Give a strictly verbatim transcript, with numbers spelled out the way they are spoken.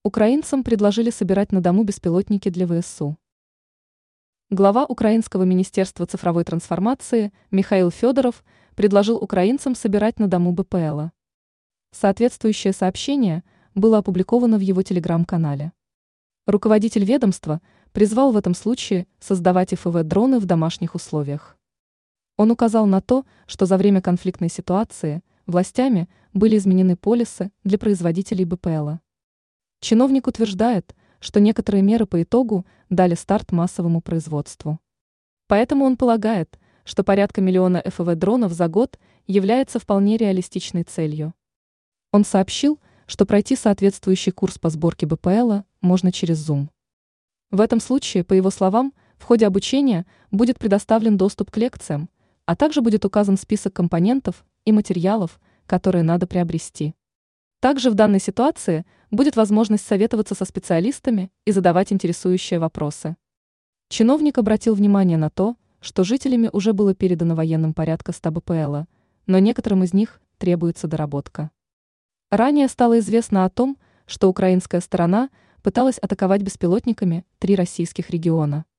Украинцам предложили собирать на дому беспилотники для ВСУ. Глава Украинского министерства цифровой трансформации Михаил Федоров предложил украинцам собирать на дому БПЛА. Соответствующее сообщение было опубликовано в его телеграм-канале. Руководитель ведомства призвал в этом случае создавать эф вэ-дроны в домашних условиях. Он указал на то, что за время конфликтной ситуации властями были изменены полисы для производителей БПЛА. Чиновник утверждает, что некоторые меры по итогу дали старт массовому производству. Поэтому он полагает, что порядка миллиона эф вэ-дронов за год является вполне реалистичной целью. Он сообщил, что пройти соответствующий курс по сборке БПЛА можно через Zoom. В этом случае, по его словам, в ходе обучения будет предоставлен доступ к лекциям, а также будет указан список компонентов и материалов, которые надо приобрести. Также в данной ситуации будет возможность советоваться со специалистами и задавать интересующие вопросы. Чиновник обратил внимание на то, что жителями уже было передано военным порядка ста БПЛА, но некоторым из них требуется доработка. Ранее стало известно о том, что украинская сторона пыталась атаковать беспилотниками три российских региона.